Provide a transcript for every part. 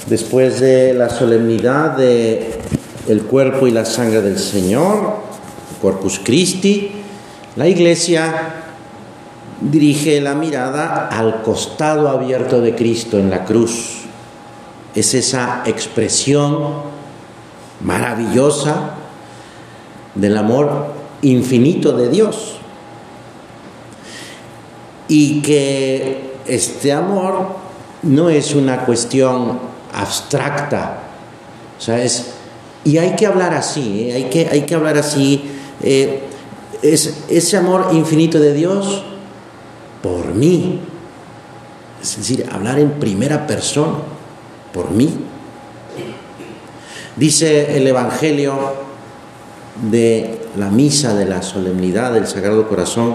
Después de la solemnidad de el cuerpo y la sangre del Señor, Corpus Christi, la Iglesia dirige la mirada al costado abierto de Cristo en la cruz. Es esa expresión maravillosa del amor infinito de Dios. Y que este amor no es una cuestión abstracta, o sea, y hay que hablar así, hay que hablar así, es ese amor infinito de Dios por mí, es decir, hablar en primera persona, por mí. Dice el Evangelio de la misa de la solemnidad del Sagrado Corazón: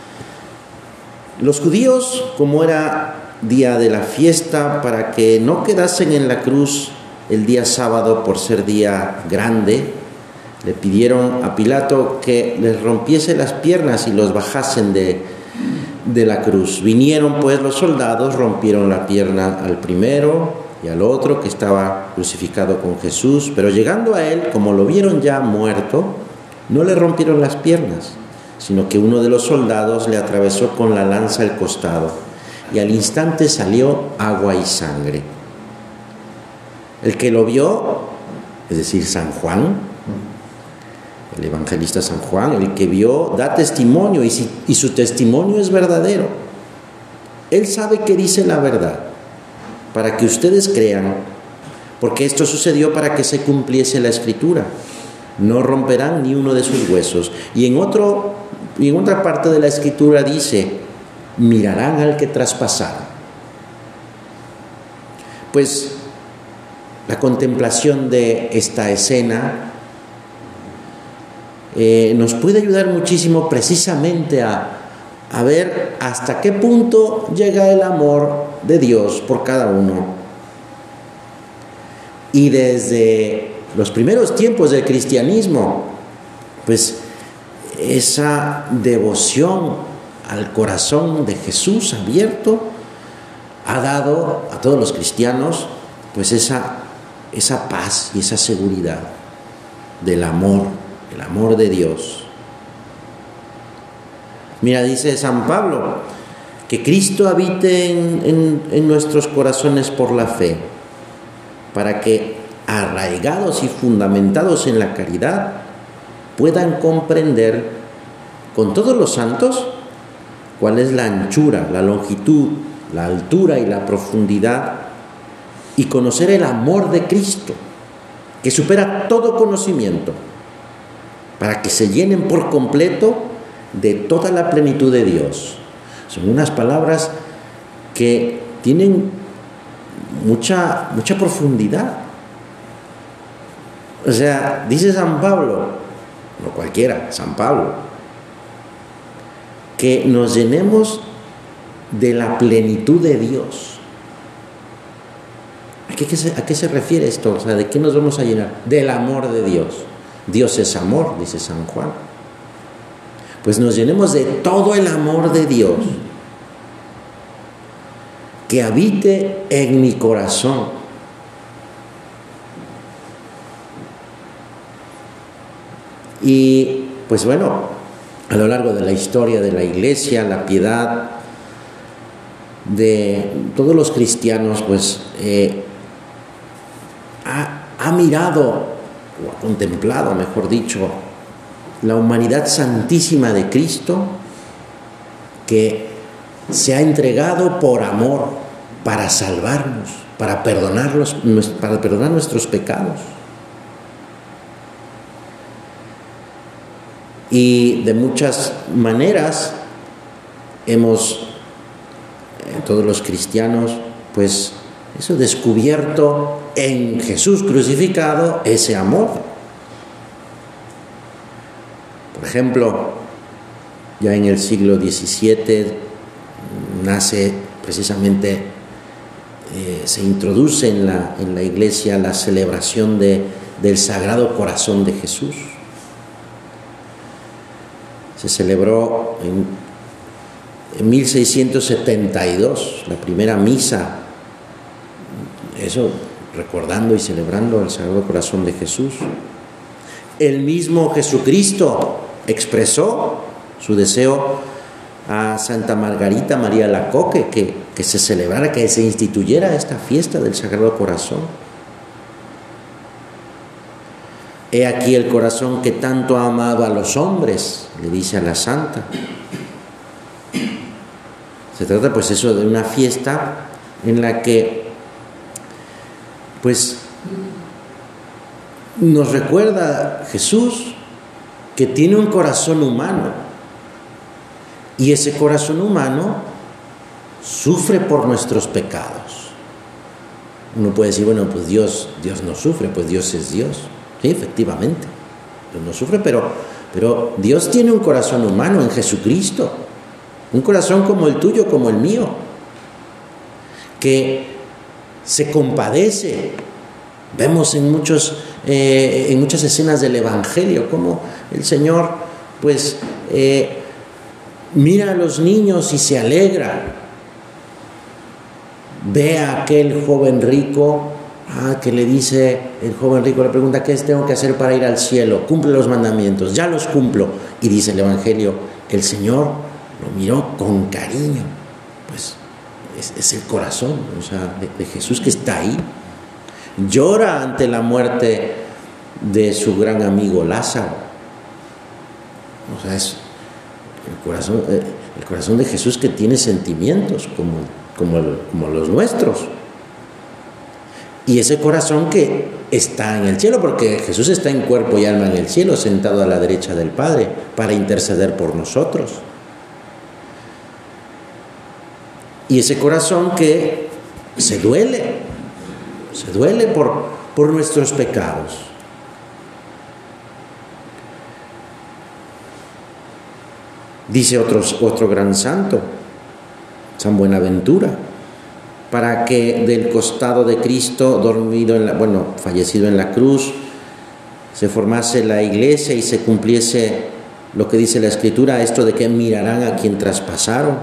los judíos, como era día de la fiesta, para que no quedasen en la cruz el día sábado por ser día grande, le pidieron a Pilato que les rompiese las piernas y los bajasen de la cruz. Vinieron pues los soldados, rompieron la pierna al primero y al otro que estaba crucificado con Jesús, pero llegando a él, como lo vieron ya muerto, no le rompieron las piernas, sino que uno de los soldados le atravesó con la lanza el costado, y al instante salió agua y sangre. El que lo vio, es decir, San Juan, el evangelista San Juan, el que vio, da testimonio, y su testimonio es verdadero. Él sabe que dice la verdad, para que ustedes crean, porque esto sucedió para que se cumpliese la Escritura: no romperán ni uno de sus huesos. Y en otra parte de la Escritura dice: mirarán al que traspasaron. Pues la contemplación de esta escena nos puede ayudar muchísimo precisamente a ver hasta qué punto llega el amor de Dios por cada uno. Y desde los primeros tiempos del cristianismo, pues esa devoción al corazón de Jesús abierto ha dado a todos los cristianos pues esa paz y esa seguridad del amor de Dios. Mira, dice San Pablo, que Cristo habite en nuestros corazones por la fe, para que, arraigados y fundamentados en la caridad, puedan comprender con todos los santos cuál es la anchura, la longitud, la altura y la profundidad, y conocer el amor de Cristo, que supera todo conocimiento, para que se llenen por completo de toda la plenitud de Dios. Son unas palabras que tienen mucha profundidad. O sea, dice San Pablo, no cualquiera, San Pablo, que nos llenemos de la plenitud de Dios. ¿A qué se refiere esto? O sea, ¿de qué nos vamos a llenar? Del amor de Dios. Dios es amor, dice San Juan. Pues nos llenemos de todo el amor de Dios, que habite en mi corazón. Y pues bueno, a lo largo de la historia de la Iglesia, la piedad de todos los cristianos pues ha mirado, o ha contemplado, mejor dicho, la humanidad santísima de Cristo, que se ha entregado por amor para salvarnos, para perdonar nuestros pecados. Y de muchas maneras hemos, todos los cristianos, pues eso, descubierto en Jesús crucificado ese amor. Por ejemplo, ya en el siglo XVII nace precisamente, se introduce en la Iglesia la celebración del Sagrado Corazón de Jesús. Se celebró en 1672 la primera misa. Eso recordando y celebrando el Sagrado Corazón de Jesús. El mismo Jesucristo expresó su deseo a Santa Margarita María Alacoque que se celebrara, que se instituyera esta fiesta del Sagrado Corazón. He aquí el corazón que tanto ha amado a los hombres, le dice a la santa. Se trata pues eso de una fiesta en la que pues nos recuerda Jesús que tiene un corazón humano y ese corazón humano sufre por nuestros pecados. Uno puede decir, bueno, pues Dios no sufre, pues Dios es Dios. Sí, efectivamente, Dios no sufre, pero Dios tiene un corazón humano en Jesucristo, un corazón como el tuyo, como el mío, que se compadece. Vemos en muchas escenas del Evangelio cómo el Señor pues mira a los niños y se alegra. Ve a aquel joven rico que le dice, el joven rico le pregunta, ¿qué tengo que hacer para ir al cielo? Cumple los mandamientos. Ya los cumplo. Y dice el Evangelio, el Señor lo miró con cariño. Pues es el corazón, o sea, de Jesús que está ahí. Llora ante la muerte de su gran amigo Lázaro. O sea, es el corazón de Jesús que tiene sentimientos como los nuestros. Y ese corazón que está en el cielo, porque Jesús está en cuerpo y alma en el cielo, sentado a la derecha del Padre, para interceder por nosotros. Y ese corazón que se duele por nuestros pecados. Dice otro gran santo, San Buenaventura, para que del costado de Cristo, fallecido en la cruz, se formase la iglesia y se cumpliese lo que dice la Escritura, esto de que mirarán a quien traspasaron.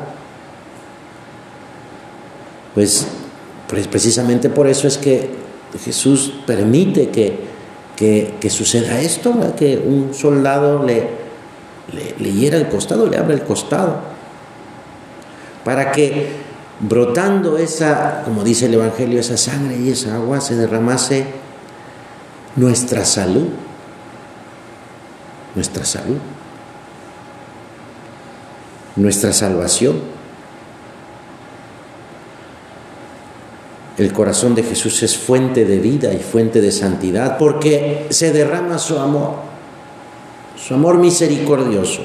Pues precisamente por eso es que Jesús permite que suceda esto, ¿verdad? Que un soldado le hiera el costado, le abra el costado, para que brotando esa, como dice el Evangelio, esa sangre y esa agua, se derramase nuestra salud, nuestra salvación. El corazón de Jesús es fuente de vida y fuente de santidad, porque se derrama su amor misericordioso.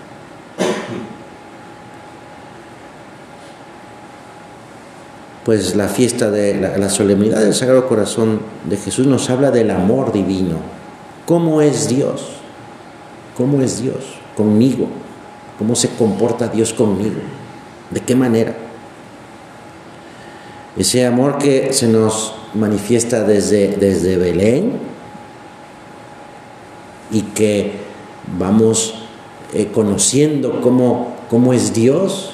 Pues la fiesta de la solemnidad del Sagrado Corazón de Jesús nos habla del amor divino. ¿Cómo es Dios? ¿Cómo es Dios conmigo? ¿Cómo se comporta Dios conmigo? ¿De qué manera? Ese amor que se nos manifiesta desde Belén y que vamos conociendo cómo es Dios,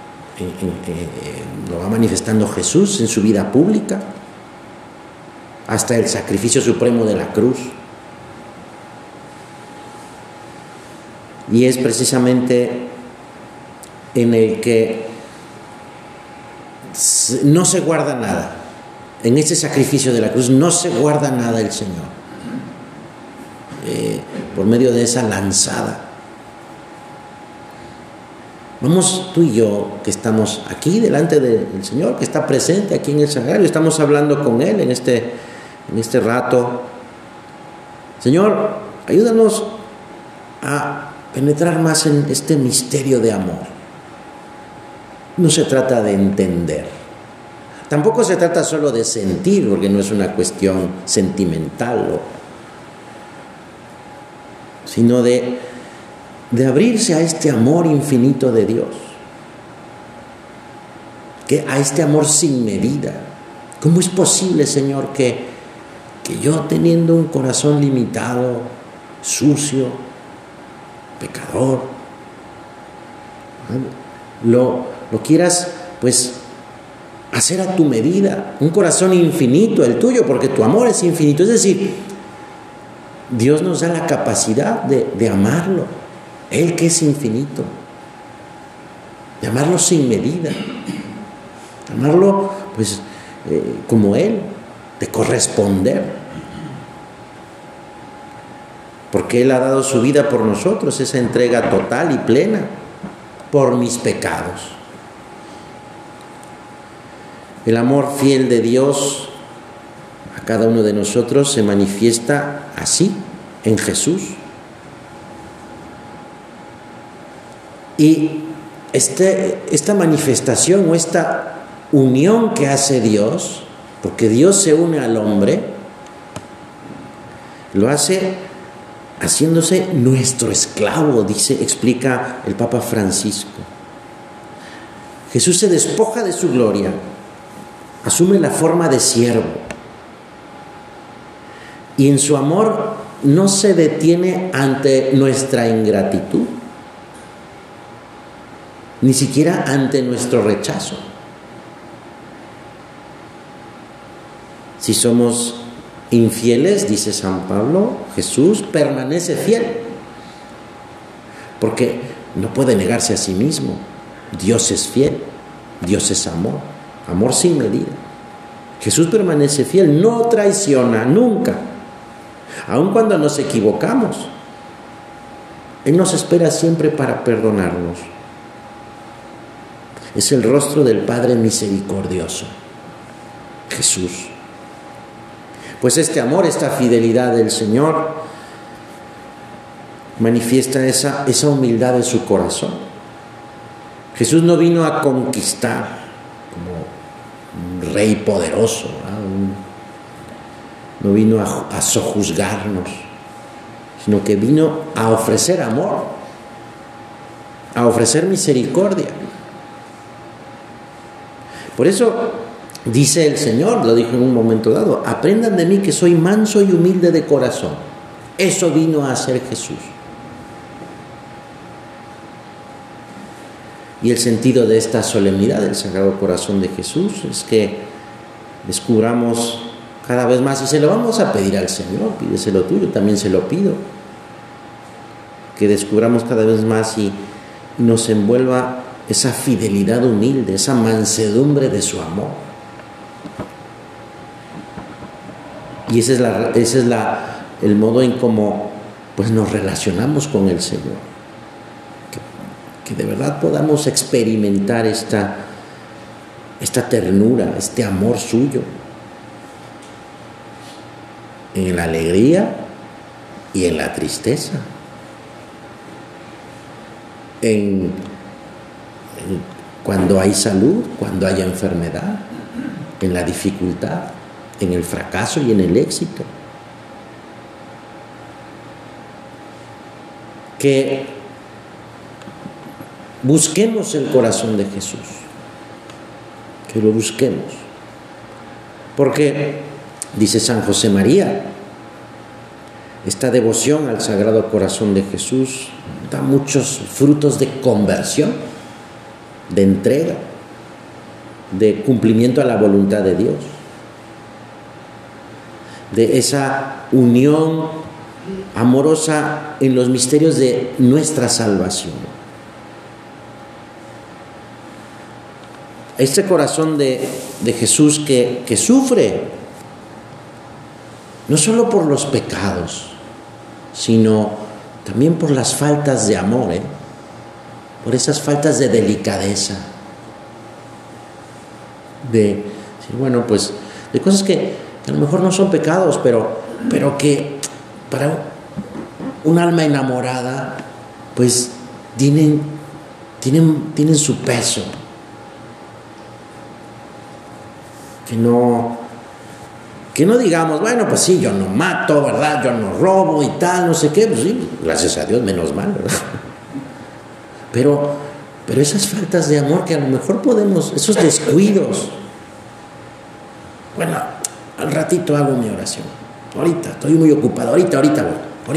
lo va manifestando Jesús en su vida pública, hasta el sacrificio supremo de la cruz. Y es precisamente en el que no se guarda nada. En ese sacrificio de la cruz no se guarda nada el Señor. Por medio de esa lanzada. Vamos tú y yo, que estamos aquí delante del Señor, que está presente aquí en el sagrario, estamos hablando con Él en este rato. Señor, ayúdanos a penetrar más en este misterio de amor. No se trata de entender, tampoco se trata solo de sentir, porque no es una cuestión sentimental, sino de abrirse a este amor infinito de Dios, a este amor sin medida. ¿Cómo es posible, Señor, que yo, teniendo un corazón limitado, sucio, pecador, lo quieras pues hacer a tu medida, un corazón infinito, el tuyo, porque tu amor es infinito. Es decir, Dios nos da la capacidad de amarlo, Él que es infinito, de amarlo sin medida, de amarlo pues como Él, de corresponder, porque Él ha dado su vida por nosotros, esa entrega total y plena, por mis pecados. El amor fiel de Dios a cada uno de nosotros se manifiesta así, en Jesús. Y esta manifestación o esta unión que hace Dios, porque Dios se une al hombre, lo hace haciéndose nuestro esclavo, explica el Papa Francisco. Jesús se despoja de su gloria, asume la forma de siervo y en su amor no se detiene ante nuestra ingratitud, ni siquiera ante nuestro rechazo. Si somos infieles, dice San Pablo, Jesús permanece fiel, porque no puede negarse a sí mismo. Dios es fiel, Dios es amor, amor sin medida. Jesús permanece fiel, no traiciona nunca, aun cuando nos equivocamos. Él nos espera siempre para perdonarnos. Es el rostro del Padre misericordioso, Jesús. Pues este amor, esta fidelidad del Señor manifiesta esa humildad de su corazón. Jesús no vino a conquistar como un rey poderoso, no vino a sojuzgarnos, sino que vino a ofrecer amor, a ofrecer misericordia. Por eso dice el Señor, lo dijo en un momento dado: aprendan de mí que soy manso y humilde de corazón. Eso vino a hacer Jesús. Y el sentido de esta solemnidad del Sagrado Corazón de Jesús es que descubramos cada vez más, y se lo vamos a pedir al Señor, pídeselo tú, yo también se lo pido, que descubramos cada vez más y nos envuelva esa fidelidad humilde, esa mansedumbre de su amor. Y ese es el modo en cómo pues nos relacionamos con el Señor. Que de verdad podamos experimentar esta ternura, este amor suyo, en la alegría y en la tristeza, cuando hay salud, cuando hay enfermedad, en la dificultad, en el fracaso y en el éxito. Que busquemos el corazón de Jesús, que lo busquemos, porque dice San José María, esta devoción al Sagrado Corazón de Jesús da muchos frutos de conversión, de entrega, de cumplimiento a la voluntad de Dios, de esa unión amorosa en los misterios de nuestra salvación. Este corazón de Jesús que sufre, no solo por los pecados, sino también por las faltas de amor, por esas faltas de delicadeza, de cosas que a lo mejor no son pecados, pero que para un alma enamorada pues tienen su peso. Que no digamos, bueno, pues sí, yo no mato, ¿verdad? Yo no robo y tal, no sé qué. Pues sí, gracias a Dios, menos mal, ¿verdad? Pero esas faltas de amor que a lo mejor esos descuidos. Bueno, al ratito hago mi oración. Ahorita, estoy muy ocupado. Ahorita voy.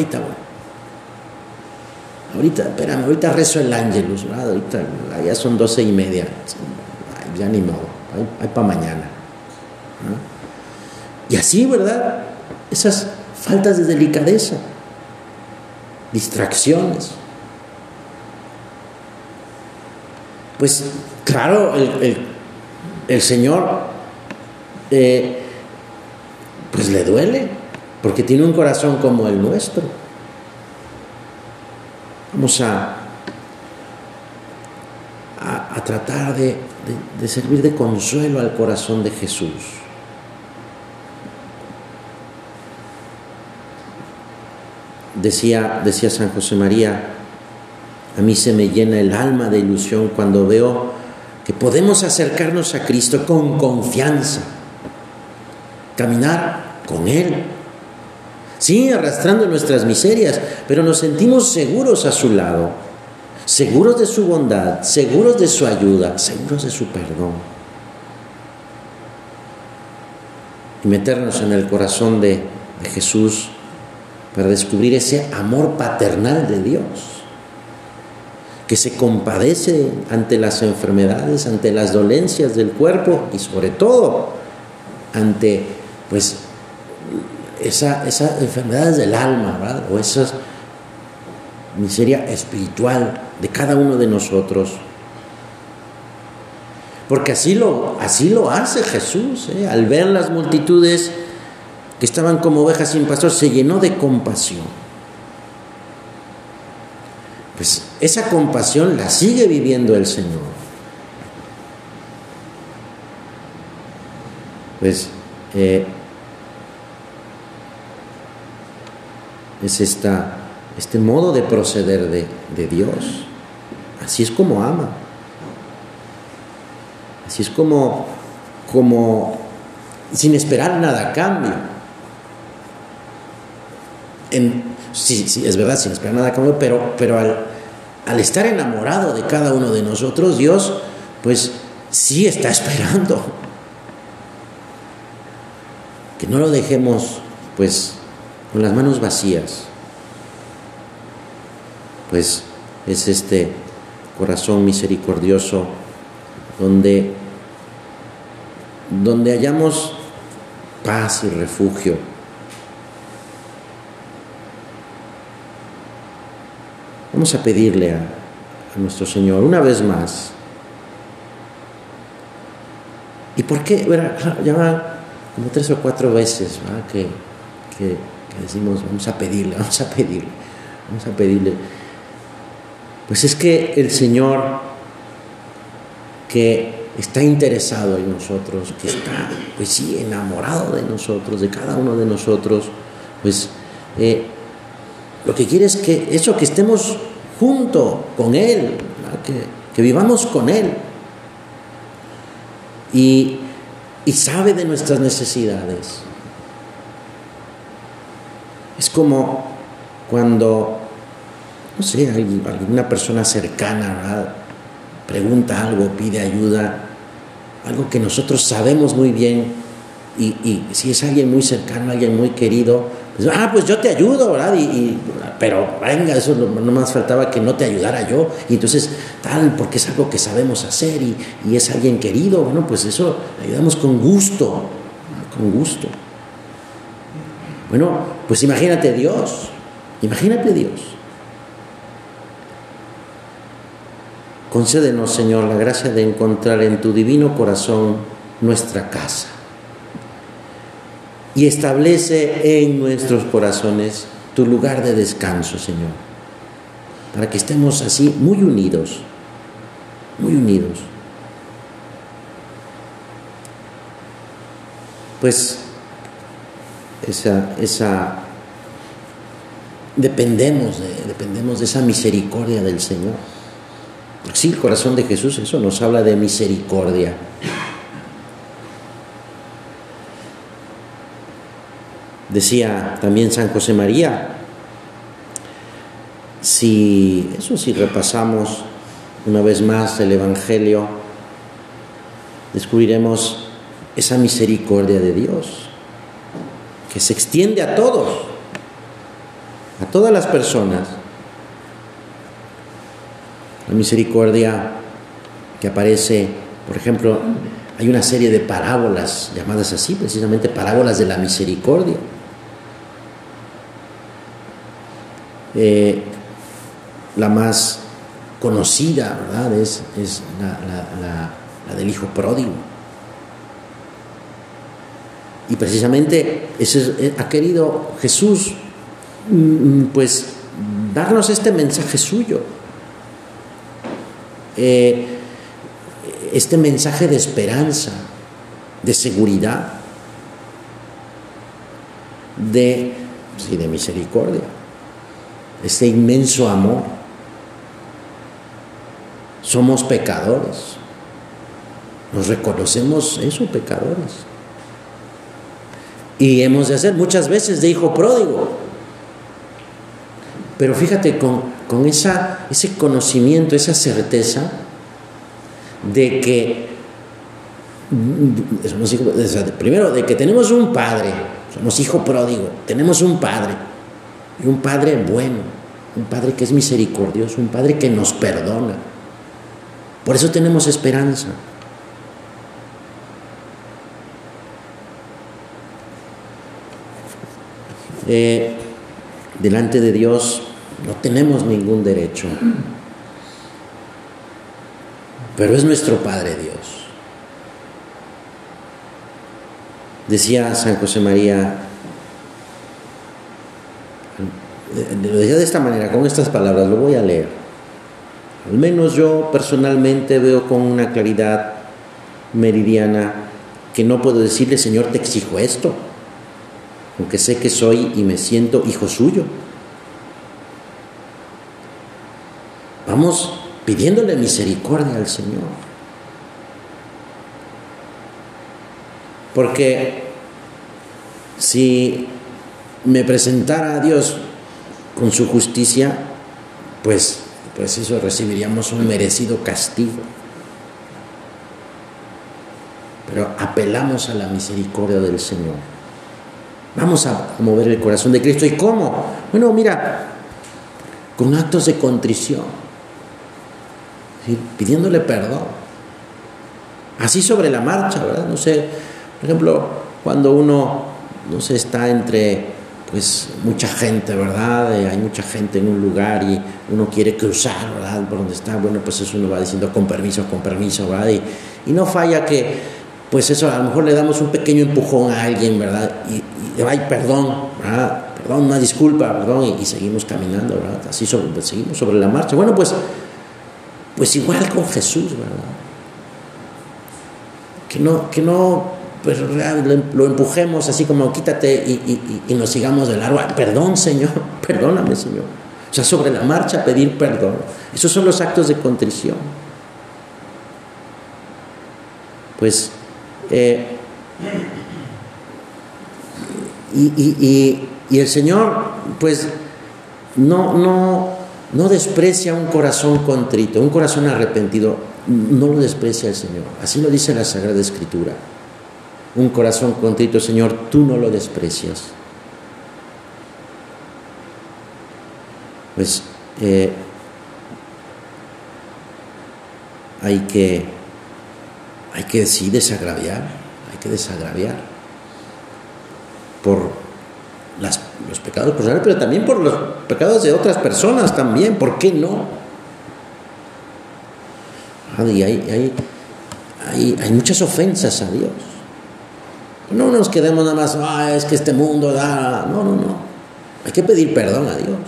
Ahorita rezo el Ángelus, ¿verdad? Ahorita ya son 12:30. Ay, ya ni modo. hay para mañana, ¿no? Y así, ¿verdad? Esas faltas de delicadeza, distracciones. Pues claro, el Señor pues le duele, porque tiene un corazón como el nuestro. Vamos a tratar de servir de consuelo al corazón de Jesús. Decía San José María: a mí se me llena el alma de ilusión cuando veo que podemos acercarnos a Cristo con confianza, caminar con Él, sí, arrastrando nuestras miserias, pero nos sentimos seguros a su lado, seguros de su bondad, seguros de su ayuda, seguros de su perdón. Y meternos en el corazón de Jesús para descubrir ese amor paternal de Dios, que se compadece ante las enfermedades, ante las dolencias del cuerpo y sobre todo ante pues esas enfermedades del alma, ¿verdad? O esa miseria espiritual de cada uno de nosotros. Porque así lo hace Jesús, ¿eh? Al ver las multitudes que estaban como ovejas sin pastor, se llenó de compasión. Pues esa compasión la sigue viviendo el Señor. Pues es este modo de proceder de Dios. Así es como ama. Así es como sin esperar nada a cambio. Sí, es verdad, sin esperar nada a cambio, pero al estar enamorado de cada uno de nosotros, Dios pues sí está esperando que no lo dejemos pues con las manos vacías. Pues es este corazón misericordioso donde hallamos paz y refugio. Vamos a pedirle a nuestro Señor una vez más. ¿Y por qué? Ya van como 3 o 4 veces, ¿verdad? que decimos vamos a pedirle. Pues es que el Señor, que está interesado en nosotros, que está, pues sí, enamorado de nosotros, de cada uno de nosotros, pues lo que quiere es que estemos junto con Él, que vivamos con Él, y sabe de nuestras necesidades. Es como cuando, no sé, alguna persona cercana, ¿verdad?, pregunta algo, pide ayuda, algo que nosotros sabemos muy bien, y si es alguien muy cercano, alguien muy querido, pues, pues yo te ayudo, ¿verdad? Pero venga, eso no más faltaba que no te ayudara yo, y entonces porque es algo que sabemos hacer, y es alguien querido, bueno, pues eso le ayudamos con gusto. Bueno, pues imagínate Dios. Concédenos, Señor, la gracia de encontrar en tu divino corazón nuestra casa. Y establece en nuestros corazones tu lugar de descanso, Señor, para que estemos así muy unidos. Pues dependemos de esa misericordia del Señor. Porque sí, el corazón de Jesús, eso nos habla de misericordia. Decía también San José María, si repasamos una vez más el Evangelio, descubriremos esa misericordia de Dios, que se extiende a todos, a todas las personas. La misericordia que aparece, por ejemplo, Hay una serie de parábolas llamadas así, precisamente parábolas de la misericordia. La más conocida, ¿verdad?, es la del hijo pródigo. Y precisamente ha querido Jesús, pues, darnos este mensaje suyo, este mensaje de esperanza, de seguridad, de misericordia, este inmenso amor. Somos pecadores, nos reconocemos pecadores, y hemos de hacer muchas veces de hijo pródigo. Pero fíjate, con ese conocimiento, esa certeza de que somos hijos, primero, de que tenemos un padre, somos hijo pródigo, tenemos un padre, y un padre bueno, un padre que es misericordioso, un padre que nos perdona. Por eso tenemos esperanza. Delante de Dios no tenemos ningún derecho, pero es nuestro Padre Dios. Decía San José María, lo decía de esta manera, con estas palabras, lo voy a leer. Al menos yo personalmente veo con una claridad meridiana que no puedo decirle: Señor, te exijo esto, aunque sé que soy y me siento hijo suyo. Vamos pidiéndole misericordia al Señor, porque si me presentara a Dios con su justicia, pues eso, recibiríamos un merecido castigo. Pero apelamos a la misericordia del Señor. Vamos a mover el corazón de Cristo. ¿Y cómo? Bueno, mira, con actos de contrición, ¿sí?, pidiéndole perdón. Así sobre la marcha, ¿verdad? No sé, por ejemplo, cuando uno, no sé, está entre, pues, mucha gente, ¿verdad? Hay mucha gente en un lugar y uno quiere cruzar, ¿verdad?, por donde está. Bueno, pues eso uno va diciendo con permiso, ¿verdad? Y no falla que, pues eso, a lo mejor le damos un pequeño empujón a alguien, ¿verdad? Y ay, perdón, ¿verdad? Perdón, una disculpa, perdón, y seguimos caminando, ¿verdad? Así seguimos sobre la marcha. Bueno, pues igual con Jesús, ¿verdad? Que no pues lo empujemos así como quítate y nos sigamos de largo. Perdón, Señor, perdóname, Señor. O sea, sobre la marcha pedir perdón. Esos son los actos de contrición. Pues y el Señor, pues, no desprecia un corazón contrito, un corazón arrepentido. No lo desprecia el Señor. Así lo dice la Sagrada Escritura. Un corazón contrito, Señor, tú no lo desprecias. Pues hay que sí desagraviar, por los pecados personales, pero también por los pecados de otras personas también. ¿Por qué no? Y hay muchas ofensas a Dios. No nos quedemos nada más, es que este mundo da. No. Hay que pedir perdón a Dios.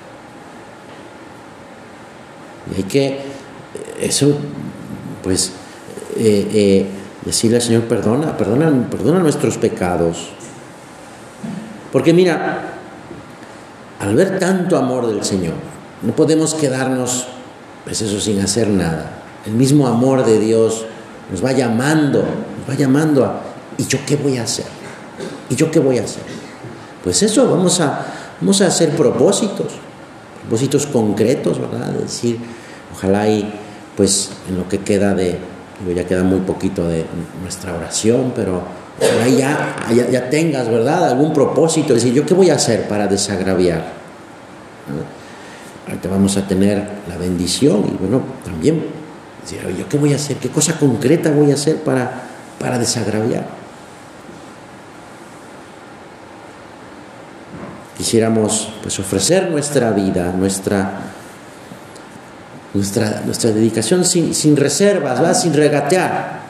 Y hay que, eso, pues, decirle al Señor: perdona nuestros pecados. Porque mira, al ver tanto amor del Señor, no podemos quedarnos, pues eso, sin hacer nada. El mismo amor de Dios nos va llamando a: ¿y yo qué voy a hacer? Pues eso, vamos a hacer propósitos concretos, ¿verdad? Es decir, ojalá pues en lo que queda ya queda muy poquito de nuestra oración, pero ojalá ya tengas, ¿verdad?, algún propósito. Es decir, ¿yo qué voy a hacer para desagraviar? ¿No? Ahorita vamos a tener la bendición y, bueno, también decir: ¿yo qué voy a hacer? ¿Qué cosa concreta voy a hacer para para desagraviar. Quisiéramos pues ofrecer nuestra vida, nuestra dedicación sin reservas, ¿verdad? Sin regatear,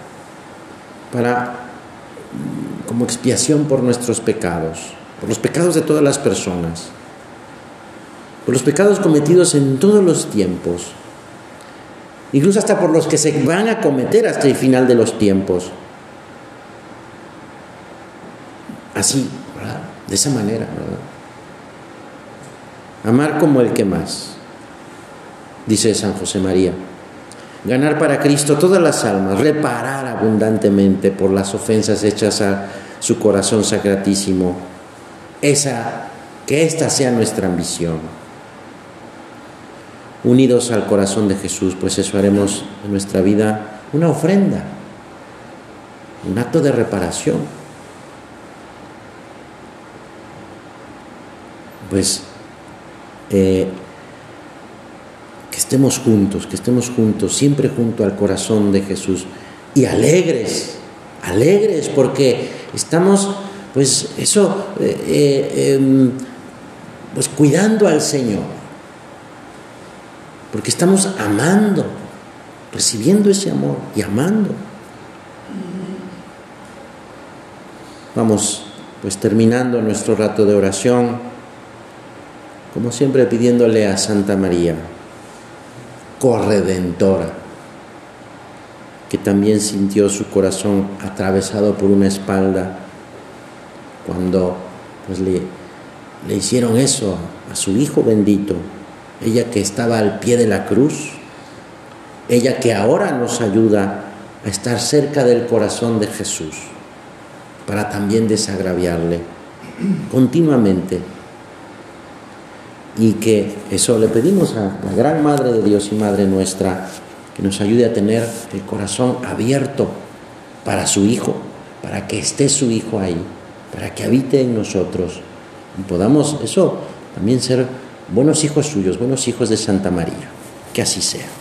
como expiación por nuestros pecados, por los pecados de todas las personas, por los pecados cometidos en todos los tiempos, incluso hasta por los que se van a cometer hasta el final de los tiempos. Así, ¿verdad? De esa manera, ¿verdad? Amar como el que más, dice San José María. Ganar para Cristo todas las almas, reparar abundantemente por las ofensas hechas a su corazón sacratísimo. Que esta sea nuestra ambición. Unidos al corazón de Jesús, pues eso haremos en nuestra vida una ofrenda, un acto de reparación. Pues que estemos juntos, siempre junto al corazón de Jesús, y alegres porque estamos, pues eso, pues cuidando al Señor, porque estamos amando, recibiendo ese amor y amando. Vamos pues terminando nuestro rato de oración, como siempre pidiéndole a Santa María, corredentora, que también sintió su corazón atravesado por una espalda cuando pues le hicieron eso a su Hijo bendito, ella que estaba al pie de la cruz, ella que ahora nos ayuda a estar cerca del corazón de Jesús para también desagraviarle continuamente. Y que eso le pedimos a la gran Madre de Dios y Madre nuestra, que nos ayude a tener el corazón abierto para su Hijo, para que esté su Hijo ahí, para que habite en nosotros y podamos eso también ser buenos hijos suyos, buenos hijos de Santa María. Que así sea.